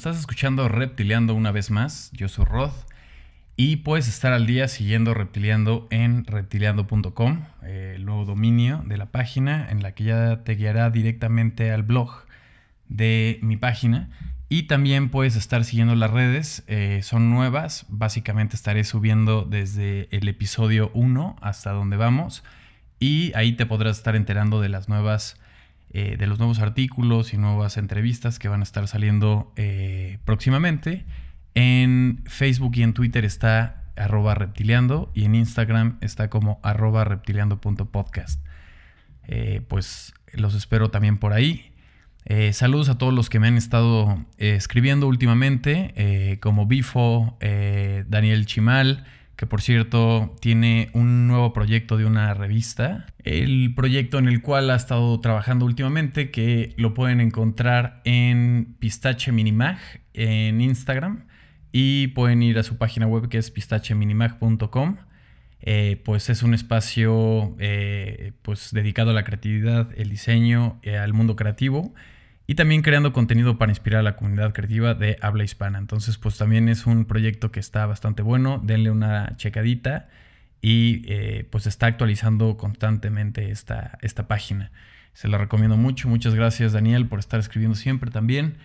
Estás escuchando Reptiliando una vez más. Yo soy Rod. Y puedes estar al día siguiendo Reptiliando en reptiliando.com, el nuevo dominio de la página, en la que ya te guiará directamente al blog de mi página. Y también puedes estar siguiendo las redes, son nuevas. Básicamente estaré subiendo desde el episodio 1 hasta donde vamos. Y ahí te podrás estar enterando de las nuevas, de los nuevos artículos y nuevas entrevistas que van a estar saliendo próximamente. En Facebook y en Twitter está @reptiliando y en Instagram está como @reptiliando.podcast. Pues los espero también por ahí. Saludos a todos los que me han estado escribiendo últimamente, como Bifo, Daniel Chimal, que por cierto tiene un nuevo proyecto de una revista. El proyecto en el cual ha estado trabajando últimamente, que lo pueden encontrar en Pistache Minimag en Instagram. Y pueden ir a su página web, que es pistacheminimag.com. Pues es un espacio pues dedicado a la creatividad, el diseño, al mundo creativo. Y también creando contenido para inspirar a la comunidad creativa de habla hispana. Entonces, pues también es un proyecto que está bastante bueno. Denle una checadita. Y pues está actualizando constantemente esta página. Se la recomiendo mucho. Muchas gracias, Daniel, por estar escribiendo siempre también.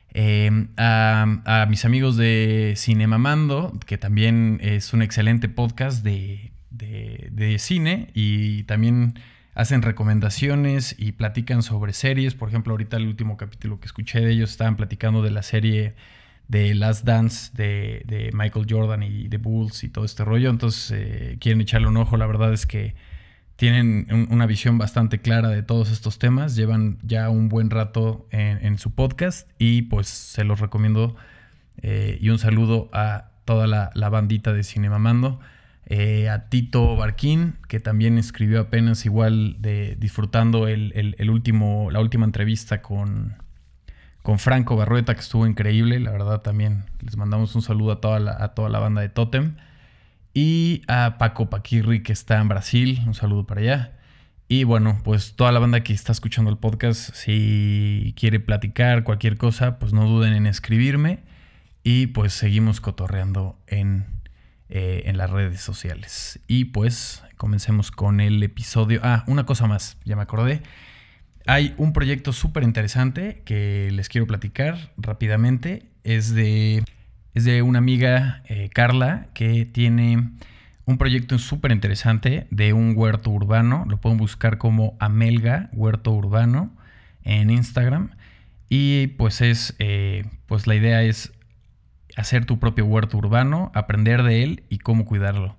A mis amigos de Cinemamando, que también es un excelente podcast de cine, y también hacen recomendaciones y platican sobre series. Por ejemplo, ahorita el último capítulo que escuché de ellos estaban platicando de la serie de Last Dance de Michael Jordan y The Bulls y todo este rollo. Entonces quieren echarle un ojo. La verdad es que tienen una visión bastante clara de todos estos temas. Llevan ya un buen rato en su podcast y pues se los recomiendo. Y un saludo a toda la bandita de Cinemamando. A Tito Barquín, que también escribió apenas, igual de disfrutando la última entrevista con Franco Barrueta, que estuvo increíble. La verdad también les mandamos un saludo a toda la banda de Totem. Y a Paco Paquirri, que está en Brasil. Un saludo para allá. Y bueno, pues toda la banda que está escuchando el podcast, si quiere platicar cualquier cosa, pues no duden en escribirme. Y pues seguimos cotorreando en las redes sociales. Y pues comencemos con el episodio. Una cosa más, ya me acordé. Hay un proyecto súper interesante que les quiero platicar rápidamente. Es de una amiga, Carla, que tiene un proyecto súper interesante de un huerto urbano. Lo pueden buscar como Amelga Huerto Urbano en Instagram. Y pues pues la idea es hacer tu propio huerto urbano, aprender de él y cómo cuidarlo.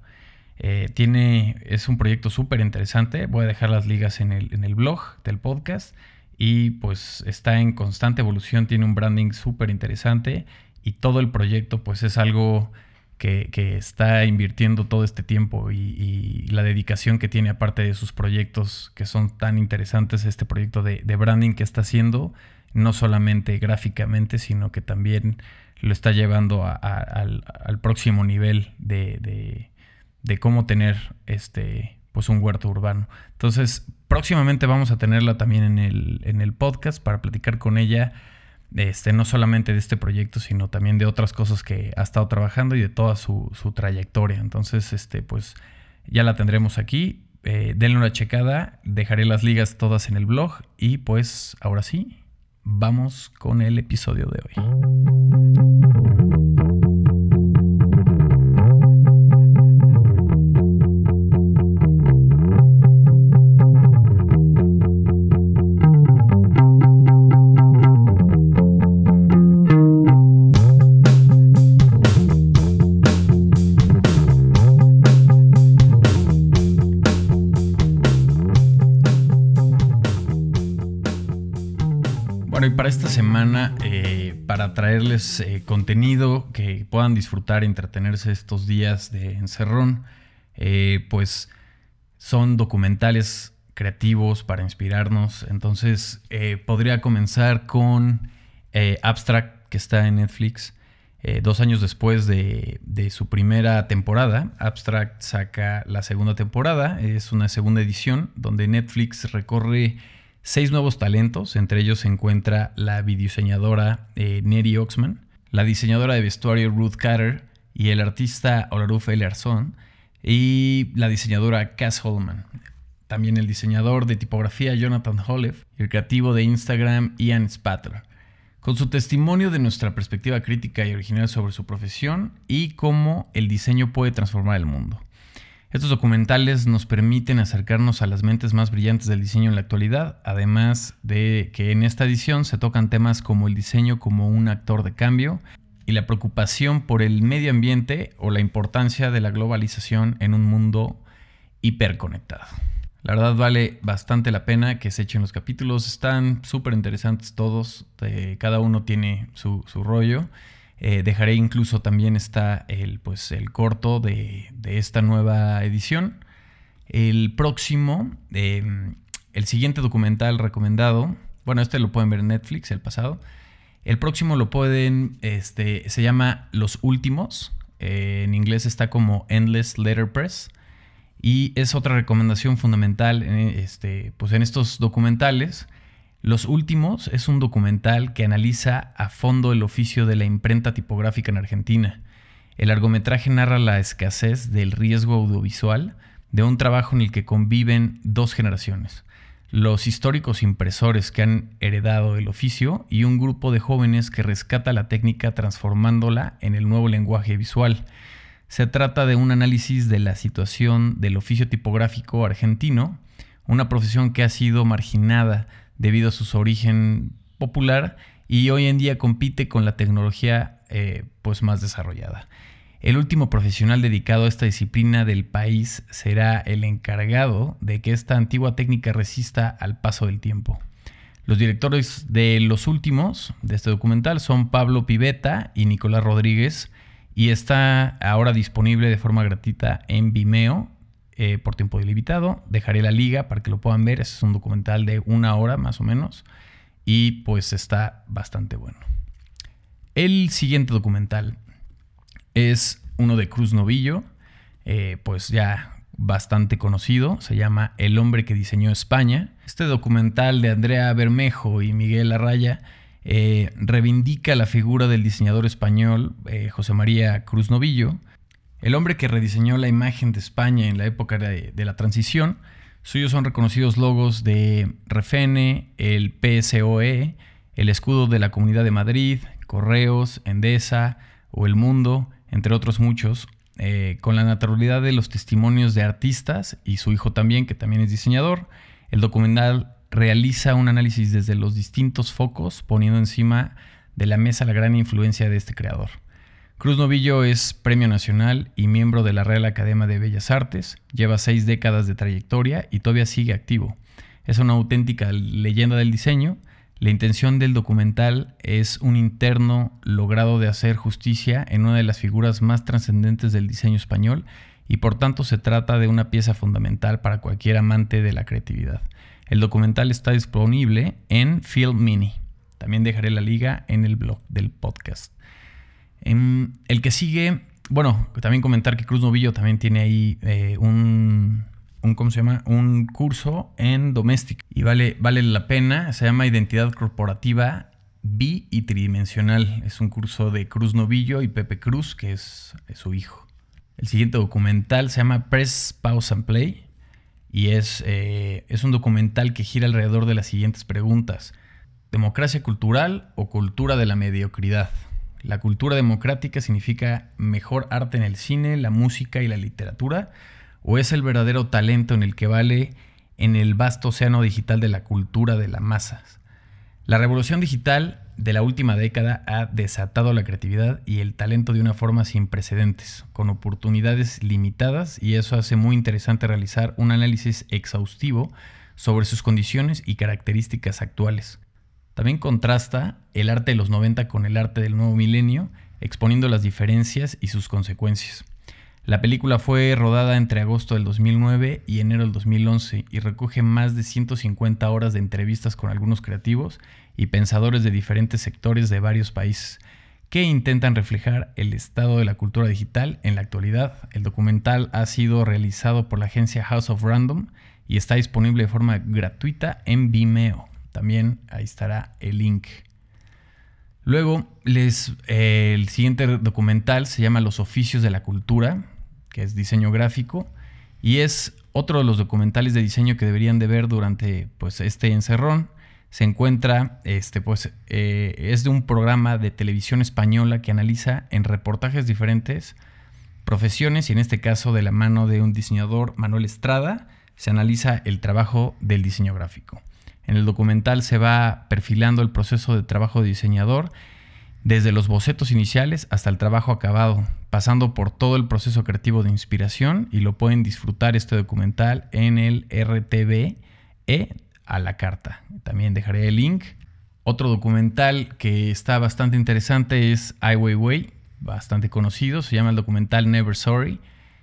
Es un proyecto súper interesante. Voy a dejar las ligas en el blog del podcast. Y pues está en constante evolución. Tiene un branding súper interesante. Y todo el proyecto pues es algo que está invirtiendo todo este tiempo. Y la dedicación que tiene, aparte de sus proyectos que son tan interesantes, este proyecto de branding que está haciendo, no solamente gráficamente, sino que también lo está llevando al próximo nivel de cómo tener pues un huerto urbano. Entonces, próximamente vamos a tenerla también en el podcast para platicar con ella, no solamente de este proyecto, sino también de otras cosas que ha estado trabajando y de toda su trayectoria. Entonces, pues ya la tendremos aquí. Denle una checada, dejaré las ligas todas en el blog y pues ahora sí, vamos con el episodio de hoy. Bueno, y para esta semana, para traerles contenido que puedan disfrutar y entretenerse estos días de encerrón, pues son documentales creativos para inspirarnos. Entonces podría comenzar con Abstract, que está en Netflix. 2 años después de su primera temporada, Abstract saca la segunda temporada. Es una segunda edición donde Netflix recorre 6 nuevos talentos. Entre ellos se encuentra la videodiseñadora Neri Oxman, la diseñadora de vestuario Ruth Carter y el artista Olaruf Eliasson, y la diseñadora Cass Holman. También el diseñador de tipografía Jonathan Holev y el creativo de Instagram Ian Spatler, con su testimonio de nuestra perspectiva crítica y original sobre su profesión y cómo el diseño puede transformar el mundo. Estos documentales nos permiten acercarnos a las mentes más brillantes del diseño en la actualidad, además de que en esta edición se tocan temas como el diseño como un actor de cambio y la preocupación por el medio ambiente o la importancia de la globalización en un mundo hiperconectado. La verdad vale bastante la pena que se echen los capítulos, están súper interesantes todos, cada uno tiene su rollo. Dejaré incluso también está el corto de esta nueva edición. El próximo, el siguiente documental recomendado, bueno, este lo pueden ver en Netflix, el pasado. El próximo lo pueden, se llama Los Últimos, en inglés está como Endless Letterpress. Y es otra recomendación fundamental en estos documentales. Los Últimos es un documental que analiza a fondo el oficio de la imprenta tipográfica en Argentina. El largometraje narra la escasez del riesgo audiovisual de un trabajo en el que conviven dos generaciones: los históricos impresores que han heredado el oficio y un grupo de jóvenes que rescata la técnica transformándola en el nuevo lenguaje visual. Se trata de un análisis de la situación del oficio tipográfico argentino, una profesión que ha sido marginada debido a su origen popular y hoy en día compite con la tecnología más desarrollada. El último profesional dedicado a esta disciplina del país será el encargado de que esta antigua técnica resista al paso del tiempo. Los directores de Los Últimos de este documental son Pablo Pivetta y Nicolás Rodríguez, y está ahora disponible de forma gratuita en Vimeo por tiempo ilimitado. Dejaré la liga para que lo puedan ver. Es un documental de 1 hora más o menos y pues está bastante bueno. El siguiente documental es uno de Cruz Novillo, pues ya bastante conocido. Se llama El hombre que diseñó España. Este documental de Andrea Bermejo y Miguel Arraya reivindica la figura del diseñador español José María Cruz Novillo, el hombre que rediseñó la imagen de España en la época de la transición. Suyos son reconocidos logos de Refene, el PSOE, el escudo de la Comunidad de Madrid, Correos, Endesa o El Mundo, entre otros muchos, con la naturalidad de los testimonios de artistas y su hijo también, que también es diseñador. El documental realiza un análisis desde los distintos focos, poniendo encima de la mesa la gran influencia de este creador. Cruz Novillo es Premio Nacional y miembro de la Real Academia de Bellas Artes, lleva 6 décadas de trayectoria y todavía sigue activo. Es una auténtica leyenda del diseño. La intención del documental es un interno logrado de hacer justicia en una de las figuras más trascendentes del diseño español y por tanto se trata de una pieza fundamental para cualquier amante de la creatividad. El documental está disponible en Film Mini. También dejaré la liga en el blog del podcast. El que sigue, bueno, también comentar que Cruz Novillo también tiene ahí un curso en doméstica y vale la pena. Se llama Identidad Corporativa Bi y Tridimensional. Es un curso de Cruz Novillo y Pepe Cruz, que es su hijo. El siguiente documental se llama Press, Pause and Play y es un documental que gira alrededor de las siguientes preguntas: ¿democracia cultural o cultura de la mediocridad? La cultura democrática significa mejor arte en el cine, la música y la literatura, ¿o es el verdadero talento en el que vale en el vasto océano digital de la cultura de las masas? La revolución digital de la última década ha desatado la creatividad y el talento de una forma sin precedentes, con oportunidades limitadas, y eso hace muy interesante realizar un análisis exhaustivo sobre sus condiciones y características actuales. También contrasta el arte de los 90 con el arte del nuevo milenio, exponiendo las diferencias y sus consecuencias. La película fue rodada entre agosto del 2009 y enero del 2011 y recoge más de 150 horas de entrevistas con algunos creativos y pensadores de diferentes sectores de varios países que intentan reflejar el estado de la cultura digital en la actualidad. El documental ha sido realizado por la agencia House of Random y está disponible de forma gratuita en Vimeo. También ahí estará el link. Luego, el siguiente documental se llama Los oficios de la cultura, que es diseño gráfico, y es otro de los documentales de diseño que deberían de ver durante pues, este encerrón. Se encuentra, es de un programa de televisión española que analiza en reportajes diferentes profesiones, y en este caso de la mano de un diseñador, Manuel Estrada, se analiza el trabajo del diseño gráfico. En el documental se va perfilando el proceso de trabajo de diseñador desde los bocetos iniciales hasta el trabajo acabado, pasando por todo el proceso creativo de inspiración, y lo pueden disfrutar este documental en el RTVE a la carta. También dejaré el link. Otro documental que está bastante interesante es Ai Weiwei, bastante conocido, se llama el documental Never Sorry,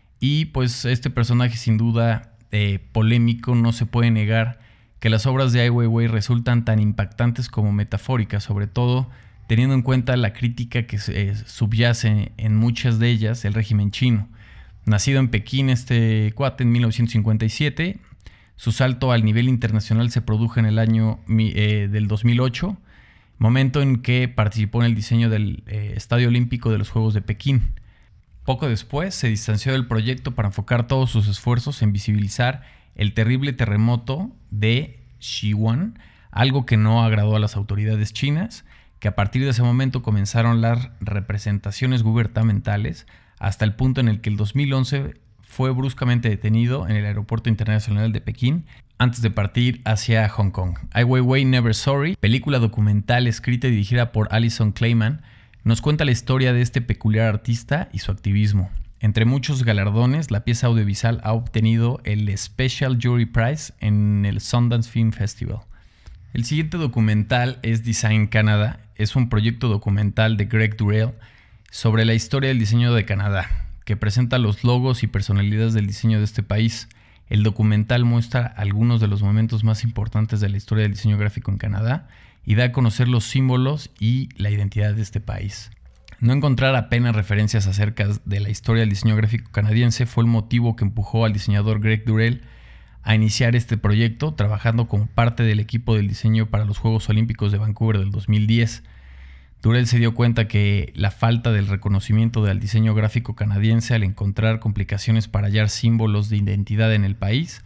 y pues este personaje sin duda polémico, no se puede negar que las obras de Ai Weiwei resultan tan impactantes como metafóricas, sobre todo teniendo en cuenta la crítica que subyace en muchas de ellas el régimen chino. Nacido en Pekín este cuate en 1957, su salto al nivel internacional se produjo en el año del 2008, momento en que participó en el diseño del Estadio Olímpico de los Juegos de Pekín. Poco después se distanció del proyecto para enfocar todos sus esfuerzos en visibilizar el terrible terremoto de Sichuan, algo que no agradó a las autoridades chinas, que a partir de ese momento comenzaron las representaciones gubernamentales, hasta el punto en el que el 2011 fue bruscamente detenido en el Aeropuerto Internacional de Pekín antes de partir hacia Hong Kong. Ai Weiwei Never Sorry, película documental escrita y dirigida por Alison Kleiman, nos cuenta la historia de este peculiar artista y su activismo. Entre muchos galardones, la pieza audiovisual ha obtenido el Special Jury Prize en el Sundance Film Festival. El siguiente documental es Design Canada. Es un proyecto documental de Greg Durrell sobre la historia del diseño de Canadá, que presenta los logos y personalidades del diseño de este país. El documental muestra algunos de los momentos más importantes de la historia del diseño gráfico en Canadá y da a conocer los símbolos y la identidad de este país. No encontrar apenas referencias acerca de la historia del diseño gráfico canadiense fue el motivo que empujó al diseñador Greg Durrell a iniciar este proyecto, trabajando como parte del equipo del diseño para los Juegos Olímpicos de Vancouver del 2010. Durrell se dio cuenta que la falta del reconocimiento del diseño gráfico canadiense al encontrar complicaciones para hallar símbolos de identidad en el país,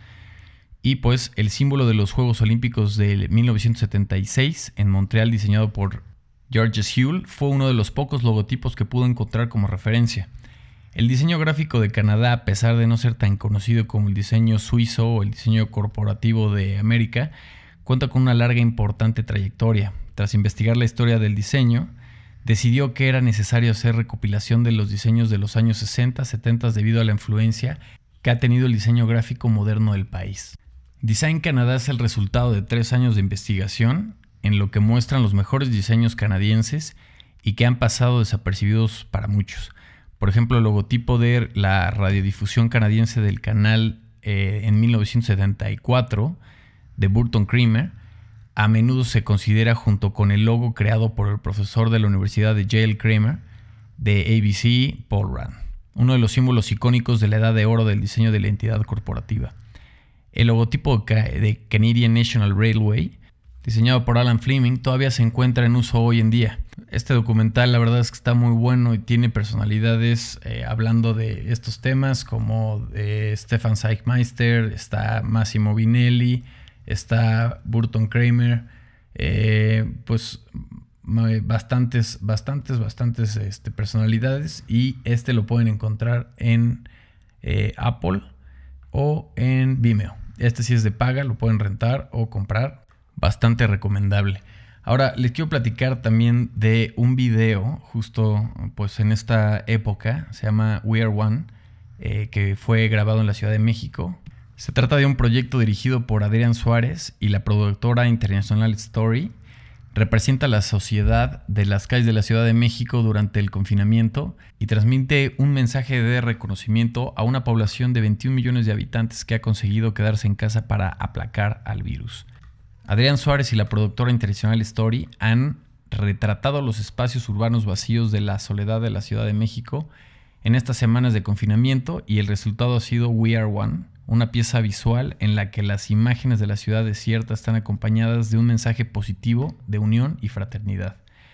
y pues el símbolo de los Juegos Olímpicos de 1976 en Montreal, diseñado por Georges Hull, fue uno de los pocos logotipos que pudo encontrar como referencia. El diseño gráfico de Canadá, a pesar de no ser tan conocido como el diseño suizo o el diseño corporativo de América, cuenta con una larga e importante trayectoria. Tras investigar la historia del diseño, decidió que era necesario hacer recopilación de los diseños de los años 60, 70 debido a la influencia que ha tenido el diseño gráfico moderno del país. Design Canadá es el resultado de 3 años de investigación en lo que muestran los mejores diseños canadienses y que han pasado desapercibidos para muchos. Por ejemplo, el logotipo de la radiodifusión canadiense del canal en 1974 de Burton Creamer a menudo se considera junto con el logo creado por el profesor de la Universidad de Yale Creamer de ABC, Paul Rand, uno de los símbolos icónicos de la edad de oro del diseño de la entidad corporativa. El logotipo de Canadian National Railway, diseñado por Alan Fleming, todavía se encuentra en uso hoy en día. Este documental la verdad es que está muy bueno y tiene personalidades hablando de estos temas como Stefan Zeichmeister, está Massimo Vinelli, está Burton Creamer, pues bastantes personalidades, y lo pueden encontrar en Apple o en Vimeo. Este sí es de paga, lo pueden rentar o comprar, bastante recomendable. Ahora les quiero platicar también de un video justo pues en esta época, se llama We Are One, que fue grabado en la Ciudad de México. Se trata de un proyecto dirigido por Adrián Suárez y la productora International Story. Representa la sociedad de las calles de la Ciudad de México durante el confinamiento y transmite un mensaje de reconocimiento a una población de 21 millones de habitantes que ha conseguido quedarse en casa para aplacar al virus. Adrián Suárez y la productora International Story han retratado los espacios urbanos vacíos de la soledad de la Ciudad de México en estas semanas de confinamiento, y el resultado ha sido We Are One, una pieza visual en la que las imágenes de la ciudad desierta están acompañadas de un mensaje positivo de unión y fraternidad.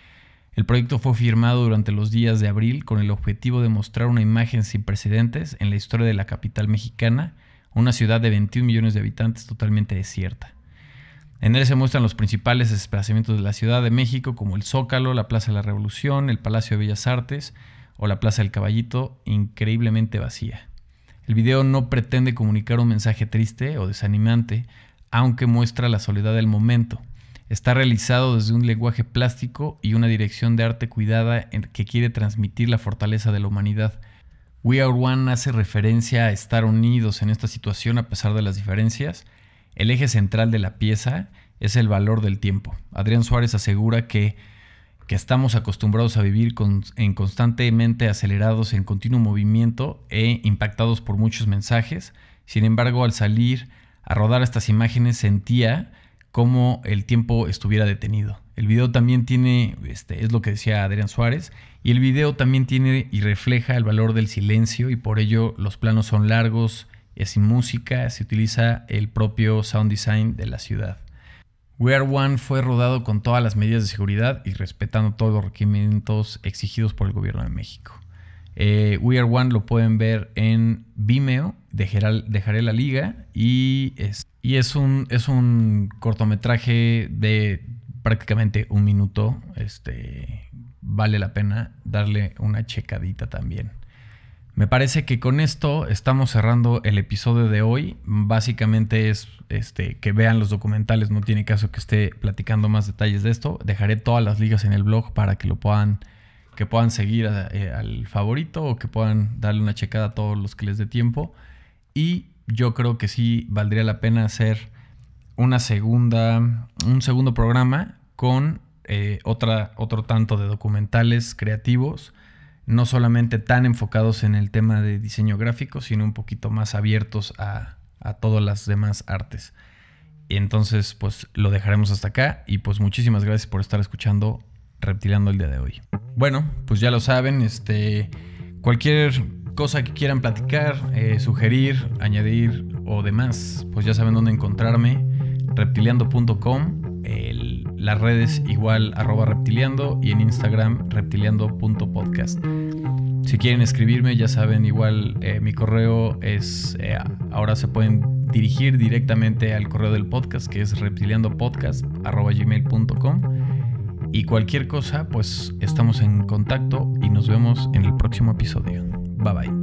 El proyecto fue firmado durante los días de abril con el objetivo de mostrar una imagen sin precedentes en la historia de la capital mexicana, una ciudad de 21 millones de habitantes totalmente desierta. En él se muestran los principales desplazamientos de la Ciudad de México, como el Zócalo, la Plaza de la Revolución, el Palacio de Bellas Artes o la Plaza del Caballito, increíblemente vacía. El video no pretende comunicar un mensaje triste o desanimante, aunque muestra la soledad del momento. Está realizado desde un lenguaje plástico y una dirección de arte cuidada que quiere transmitir la fortaleza de la humanidad. We Are One hace referencia a estar unidos en esta situación a pesar de las diferencias. El eje central de la pieza es el valor del tiempo. Adrián Suárez asegura que estamos acostumbrados a vivir constantemente acelerados en continuo movimiento e impactados por muchos mensajes. Sin embargo, al salir a rodar estas imágenes sentía como el tiempo estuviera detenido. El video también tiene, es lo que decía Adrián Suárez, y el video también tiene y refleja el valor del silencio, y por ello los planos son largos, es sin música, se utiliza el propio sound design de la ciudad. We Are One fue rodado con todas las medidas de seguridad y respetando todos los requerimientos exigidos por el gobierno de México. We Are One lo pueden ver en Vimeo, dejaré la liga, y es un cortometraje de prácticamente un minuto. Vale la pena darle una checadita también. Me parece que con esto estamos cerrando el episodio de hoy. Básicamente es que vean los documentales, no tiene caso que esté platicando más detalles de esto. Dejaré todas las ligas en el blog para que puedan seguir al favorito o que puedan darle una checada a todos los que les dé tiempo. Y yo creo que sí valdría la pena hacer un segundo programa con otro tanto de documentales creativos, no solamente tan enfocados en el tema de diseño gráfico, sino un poquito más abiertos a todas las demás artes. Y entonces, pues lo dejaremos hasta acá. Y pues muchísimas gracias por estar escuchando Reptiliando el día de hoy. Bueno, pues ya lo saben, cualquier cosa que quieran platicar, sugerir, añadir o demás, pues ya saben dónde encontrarme. Reptiliando.com, las redes igual @reptiliando y en Instagram reptiliando.podcast. Si quieren escribirme, ya saben, igual mi correo es, ahora se pueden dirigir directamente al correo del podcast, que es reptiliandopodcast@gmail.com. Y cualquier cosa, pues estamos en contacto y nos vemos en el próximo episodio. Bye bye.